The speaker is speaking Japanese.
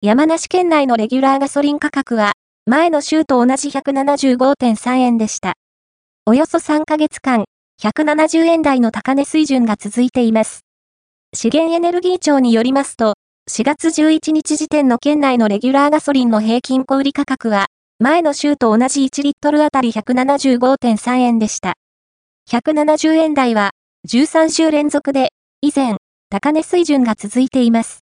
山梨県内のレギュラーガソリン価格は、前の週と同じ 175.3 円でした。およそ3ヶ月間、170円台の高値水準が続いています。資源エネルギー庁によりますと、4月11日時点の県内のレギュラーガソリンの平均小売価格は、前の週と同じ1リットルあたり 175.3 円でした。170円台は、13週連続で、以前、高値水準が続いています。